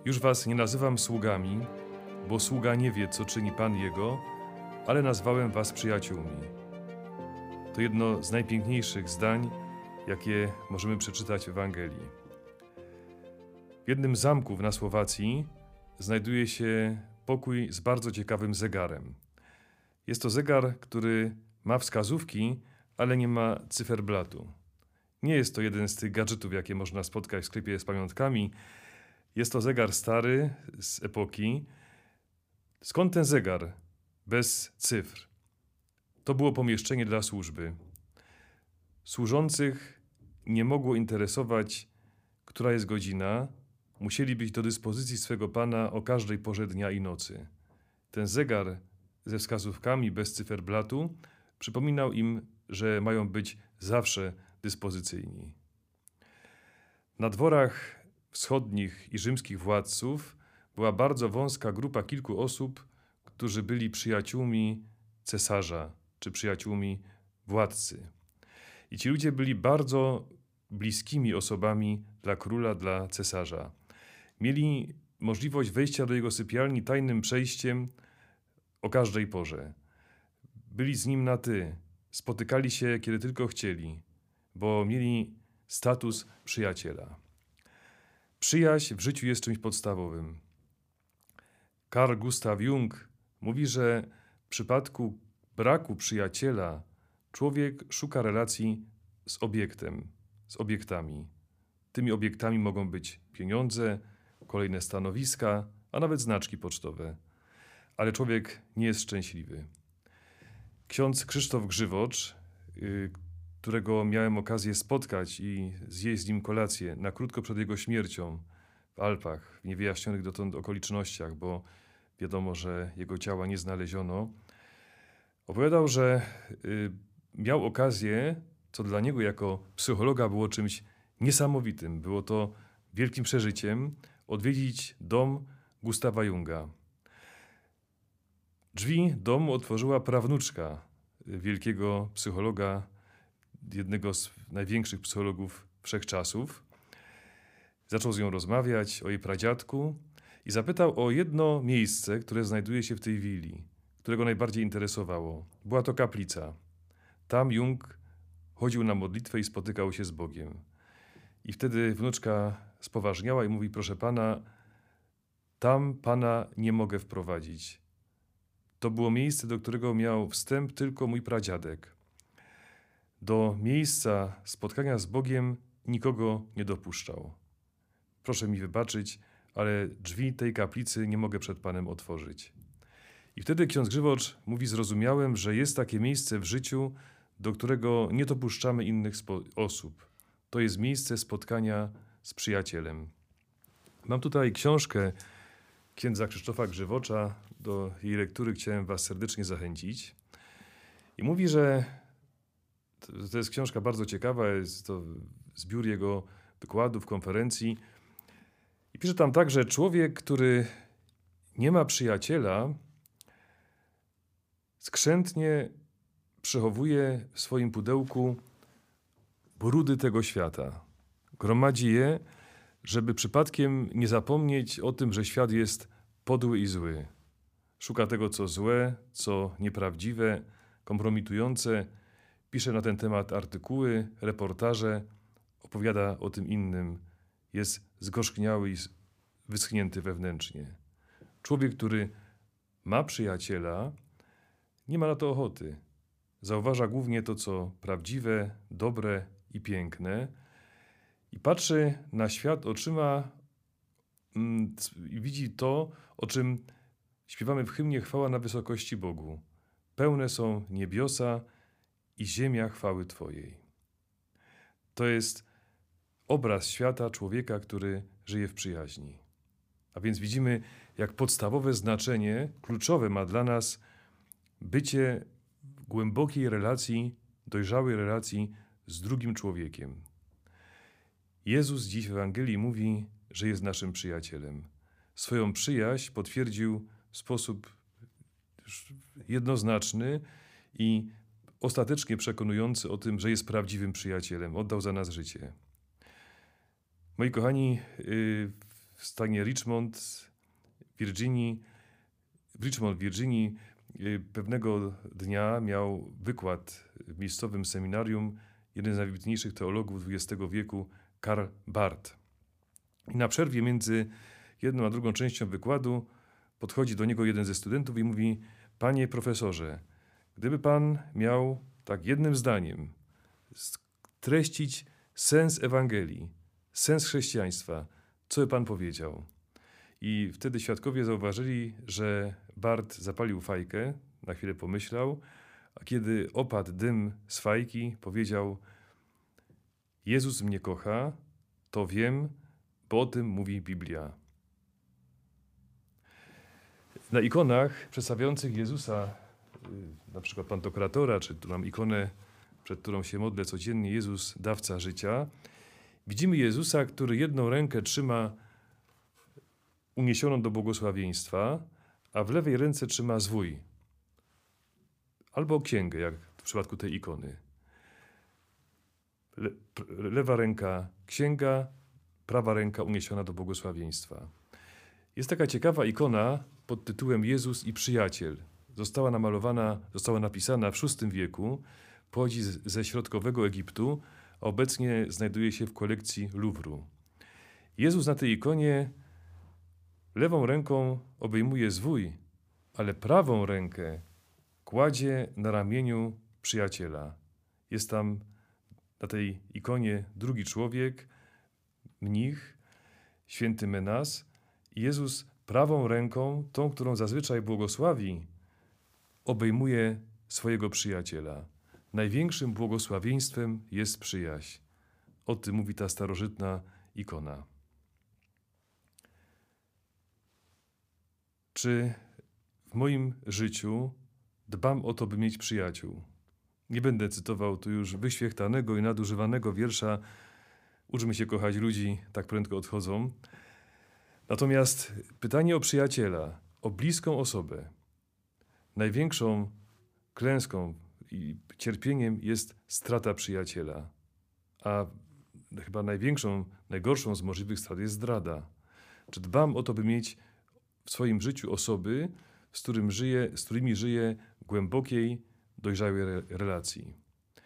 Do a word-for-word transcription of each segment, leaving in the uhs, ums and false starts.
Już was nie nazywam sługami, bo sługa nie wie, co czyni Pan jego, ale nazwałem was przyjaciółmi. To jedno z najpiękniejszych zdań, jakie możemy przeczytać w Ewangelii. W jednym z zamków na Słowacji znajduje się pokój z bardzo ciekawym zegarem. Jest to zegar, który ma wskazówki, ale nie ma cyferblatu. Nie jest to jeden z tych gadżetów, jakie można spotkać w sklepie z pamiątkami. Jest to zegar stary, z epoki. Skąd ten zegar bez cyfr? To było pomieszczenie dla służby. Służących nie mogło interesować, która jest godzina. Musieli być do dyspozycji swego Pana o każdej porze dnia i nocy. Ten zegar ze wskazówkami bez cyferblatu przypominał im, że mają być zawsze dyspozycyjni. Na dworach wschodnich i rzymskich władców była bardzo wąska grupa kilku osób, którzy byli przyjaciółmi cesarza czy przyjaciółmi władcy. I ci ludzie byli bardzo bliskimi osobami dla króla, dla cesarza. Mieli możliwość wejścia do jego sypialni tajnym przejściem o każdej porze. Byli z nim na ty, spotykali się kiedy tylko chcieli, bo mieli status przyjaciela. Przyjaźń w życiu jest czymś podstawowym. Carl Gustav Jung mówi, że w przypadku braku przyjaciela człowiek szuka relacji z obiektem, z obiektami. Tymi obiektami mogą być pieniądze, kolejne stanowiska, a nawet znaczki pocztowe. Ale człowiek nie jest szczęśliwy. Ksiądz Krzysztof Grzywocz, yy, którego miałem okazję spotkać i zjeść z nim kolację na krótko przed jego śmiercią w Alpach, w niewyjaśnionych dotąd okolicznościach, bo wiadomo, że jego ciała nie znaleziono, opowiadał, że yy, miał okazję, co dla niego jako psychologa było czymś niesamowitym. Było to wielkim przeżyciem odwiedzić dom Gustawa Junga. Drzwi domu otworzyła prawnuczka wielkiego psychologa, jednego z największych psychologów wszechczasów. Zaczął z nią rozmawiać o jej pradziadku i zapytał o jedno miejsce, które znajduje się w tej willi, którego najbardziej interesowało. Była to kaplica. Tam Jung chodził na modlitwę i spotykał się z Bogiem. I wtedy wnuczka spoważniała i mówi: proszę pana, tam pana nie mogę wprowadzić. To było miejsce, do którego miał wstęp tylko mój pradziadek. Do miejsca spotkania z Bogiem nikogo nie dopuszczał. Proszę mi wybaczyć, ale drzwi tej kaplicy nie mogę przed panem otworzyć. I wtedy ksiądz Grzywocz mówi: zrozumiałem, że jest takie miejsce w życiu, do którego nie dopuszczamy innych osób. To jest miejsce spotkania z przyjacielem. Mam tutaj książkę księdza Krzysztofa Grzywocza. Do jej lektury chciałem was serdecznie zachęcić. I mówi, że to jest książka bardzo ciekawa, jest to zbiór jego wykładów, konferencji. I pisze tam tak, że człowiek, który nie ma przyjaciela, skrzętnie przechowuje w swoim pudełku brudy tego świata. Gromadzi je, żeby przypadkiem nie zapomnieć o tym, że świat jest podły i zły. Szuka tego, co złe, co nieprawdziwe, kompromitujące. Pisze na ten temat artykuły, reportaże, opowiada o tym innym. Jest zgorzkniały i wyschnięty wewnętrznie. Człowiek, który ma przyjaciela, nie ma na to ochoty. Zauważa głównie to, co prawdziwe, dobre i piękne i patrzy na świat oczyma mm, i widzi to, o czym śpiewamy w hymnie Chwała na wysokości Bogu. Pełne są niebiosa i ziemia chwały Twojej. To jest obraz świata człowieka, który żyje w przyjaźni. A więc widzimy, jak podstawowe znaczenie, kluczowe ma dla nas bycie w głębokiej relacji, dojrzałej relacji z drugim człowiekiem. Jezus dziś w Ewangelii mówi, że jest naszym przyjacielem. Swoją przyjaźń potwierdził w sposób jednoznaczny i ostatecznie przekonujący o tym, że jest prawdziwym przyjacielem. Oddał za nas życie. Moi kochani, w stanie Richmond, Virginii, w Richmond, Virginii, pewnego dnia miał wykład w miejscowym seminarium jeden z najwybitniejszych teologów dwudziestego wieku, Karl Barth. I na przerwie między jedną a drugą częścią wykładu podchodzi do niego jeden ze studentów i mówi: panie profesorze, gdyby pan miał tak jednym zdaniem streścić sens Ewangelii, sens chrześcijaństwa, co by pan powiedział? I wtedy świadkowie zauważyli, że Barth zapalił fajkę, na chwilę pomyślał, a kiedy opadł dym z fajki, powiedział: Jezus mnie kocha, to wiem, bo o tym mówi Biblia. Na ikonach przedstawiających Jezusa, na przykład Pantokratora, czy tu mam ikonę, przed którą się modlę codziennie, Jezus, dawca życia, widzimy Jezusa, który jedną rękę trzyma uniesioną do błogosławieństwa, a w lewej ręce trzyma zwój albo księgę, jak w przypadku tej ikony. Le, lewa ręka księga, prawa ręka uniesiona do błogosławieństwa. Jest taka ciekawa ikona pod tytułem Jezus i przyjaciel. Została namalowana, została napisana w szóstym wieku, pochodzi z, ze środkowego Egiptu, a obecnie znajduje się w kolekcji Louvru. Jezus na tej ikonie lewą ręką obejmuje zwój, ale prawą rękę kładzie na ramieniu przyjaciela. Jest tam na tej ikonie drugi człowiek, mnich, święty Menas. I Jezus prawą ręką, tą, którą zazwyczaj błogosławi, obejmuje swojego przyjaciela. Największym błogosławieństwem jest przyjaźń. O tym mówi ta starożytna ikona. Czy w moim życiu dbam o to, by mieć przyjaciół? Nie będę cytował tu już wyświechtanego i nadużywanego wiersza Uczmy się kochać ludzi, tak prędko odchodzą. Natomiast pytanie o przyjaciela, o bliską osobę, największą klęską i cierpieniem jest strata przyjaciela. A chyba największą, najgorszą z możliwych strat jest zdrada. Czy dbam o to, by mieć w swoim życiu osoby, z, którym żyję, z którymi żyję w głębokiej, dojrzałej re- relacji?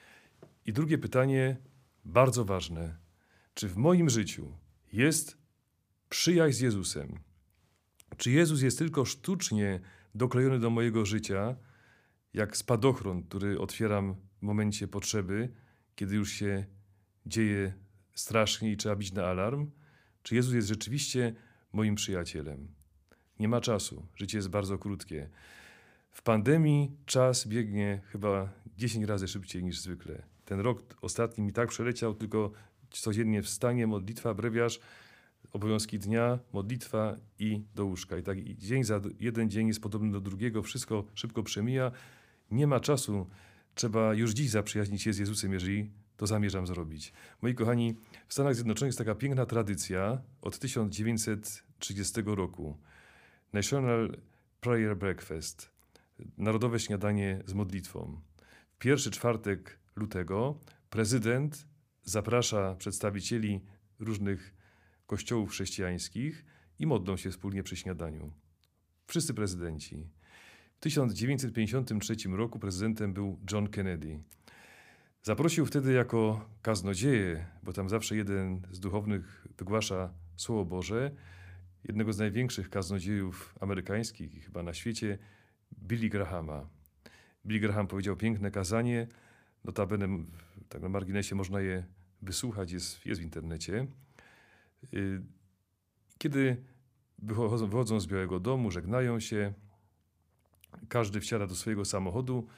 I drugie pytanie, bardzo ważne. Czy w moim życiu jest przyjaźń z Jezusem? Czy Jezus jest tylko sztucznie doklejony do mojego życia, jak spadochron, który otwieram w momencie potrzeby, kiedy już się dzieje strasznie i trzeba bić na alarm? Czy Jezus jest rzeczywiście moim przyjacielem? Nie ma czasu. Życie jest bardzo krótkie. W pandemii czas biegnie chyba dziesięć razy szybciej niż zwykle. Ten rok ostatni mi tak przeleciał, tylko codziennie wstanie, modlitwa, brewiarz, obowiązki dnia, modlitwa i do łóżka. I tak dzień za jeden dzień jest podobny do drugiego, wszystko szybko przemija. Nie ma czasu. Trzeba już dziś zaprzyjaźnić się z Jezusem, jeżeli to zamierzam zrobić. Moi kochani, w Stanach Zjednoczonych jest taka piękna tradycja od tysiąc dziewięćset trzydziestego roku. National Prayer Breakfast. Narodowe śniadanie z modlitwą. W pierwszy czwartek lutego prezydent zaprasza przedstawicieli różnych kościołów chrześcijańskich i modlą się wspólnie przy śniadaniu. Wszyscy prezydenci. W tysiąc dziewięćset pięćdziesiątym trzecim roku prezydentem był John Kennedy. Zaprosił wtedy jako kaznodzieję, bo tam zawsze jeden z duchownych wygłasza Słowo Boże, jednego z największych kaznodziejów amerykańskich i chyba na świecie, Billy Grahama. Billy Graham powiedział piękne kazanie, notabene tak na marginesie można je wysłuchać, jest, jest w internecie. Kiedy wychodzą, wychodzą z Białego Domu, żegnają się, każdy wsiada do swojego samochodu.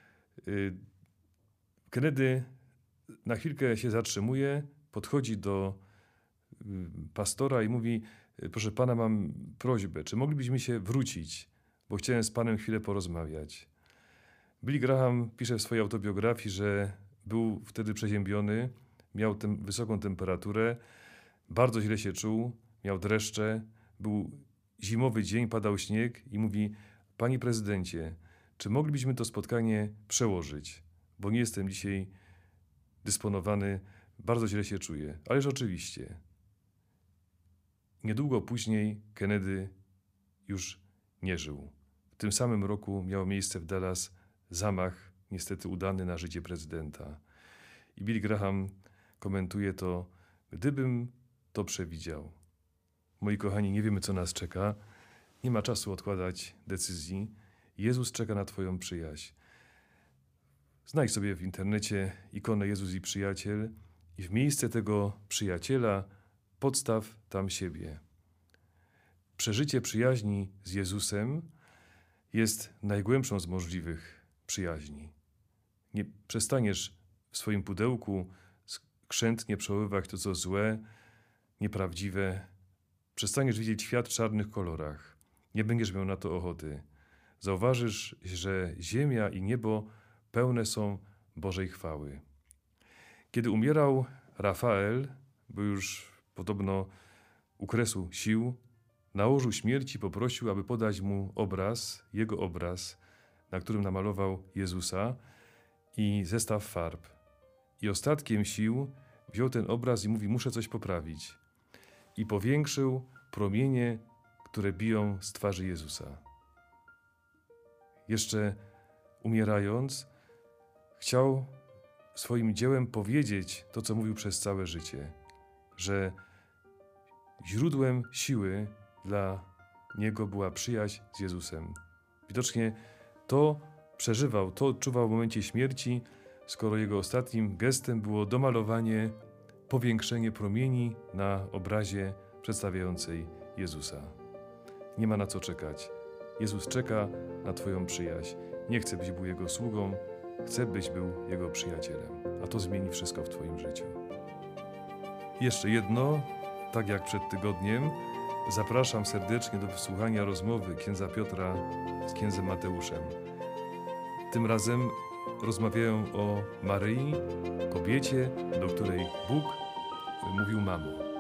Kennedy na chwilkę się zatrzymuje, podchodzi do pastora i mówi: proszę pana, mam prośbę, czy moglibyśmy się wrócić, bo chciałem z panem chwilę porozmawiać. Billy Graham pisze w swojej autobiografii, że był wtedy przeziębiony, miał tem, wysoką temperaturę, bardzo źle się czuł, miał dreszcze, był zimowy dzień, padał śnieg i mówi: panie prezydencie, czy moglibyśmy to spotkanie przełożyć, bo nie jestem dzisiaj dysponowany, bardzo źle się czuję. Ależ oczywiście. Niedługo później Kennedy już nie żył. W tym samym roku miał miejsce w Dallas zamach, niestety udany na życie prezydenta. I Billy Graham komentuje to: gdybym to przewidział. Moi kochani, nie wiemy, co nas czeka. Nie ma czasu odkładać decyzji. Jezus czeka na twoją przyjaźń. Znajdź sobie w internecie ikonę Jezus i przyjaciel i w miejsce tego przyjaciela podstaw tam siebie. Przeżycie przyjaźni z Jezusem jest najgłębszą z możliwych przyjaźni. Nie przestaniesz w swoim pudełku skrzętnie przechowywać to, co złe, nieprawdziwe. Przestaniesz widzieć świat w czarnych kolorach. Nie będziesz miał na to ochoty. Zauważysz, że ziemia i niebo pełne są Bożej chwały. Kiedy umierał Rafael, był już podobno u kresu sił, na łożu śmierci poprosił, aby podać mu obraz, jego obraz, na którym namalował Jezusa i zestaw farb. I ostatkiem sił wziął ten obraz i mówi: muszę coś poprawić. I powiększył promienie, które biją z twarzy Jezusa. Jeszcze umierając, chciał swoim dziełem powiedzieć to, co mówił przez całe życie, że źródłem siły dla niego była przyjaźń z Jezusem. Widocznie to przeżywał, to odczuwał w momencie śmierci, skoro jego ostatnim gestem było domalowanie, powiększenie promieni na obrazie przedstawiającej Jezusa. Nie ma na co czekać. Jezus czeka na twoją przyjaźń. Nie chce, byś był Jego sługą, chce, byś był Jego przyjacielem. A to zmieni wszystko w twoim życiu. Jeszcze jedno, tak jak przed tygodniem, zapraszam serdecznie do wysłuchania rozmowy księdza Piotra z księdzem Mateuszem. Tym razem rozmawiają o Maryi, kobiecie, do której Bóg mówił mamo.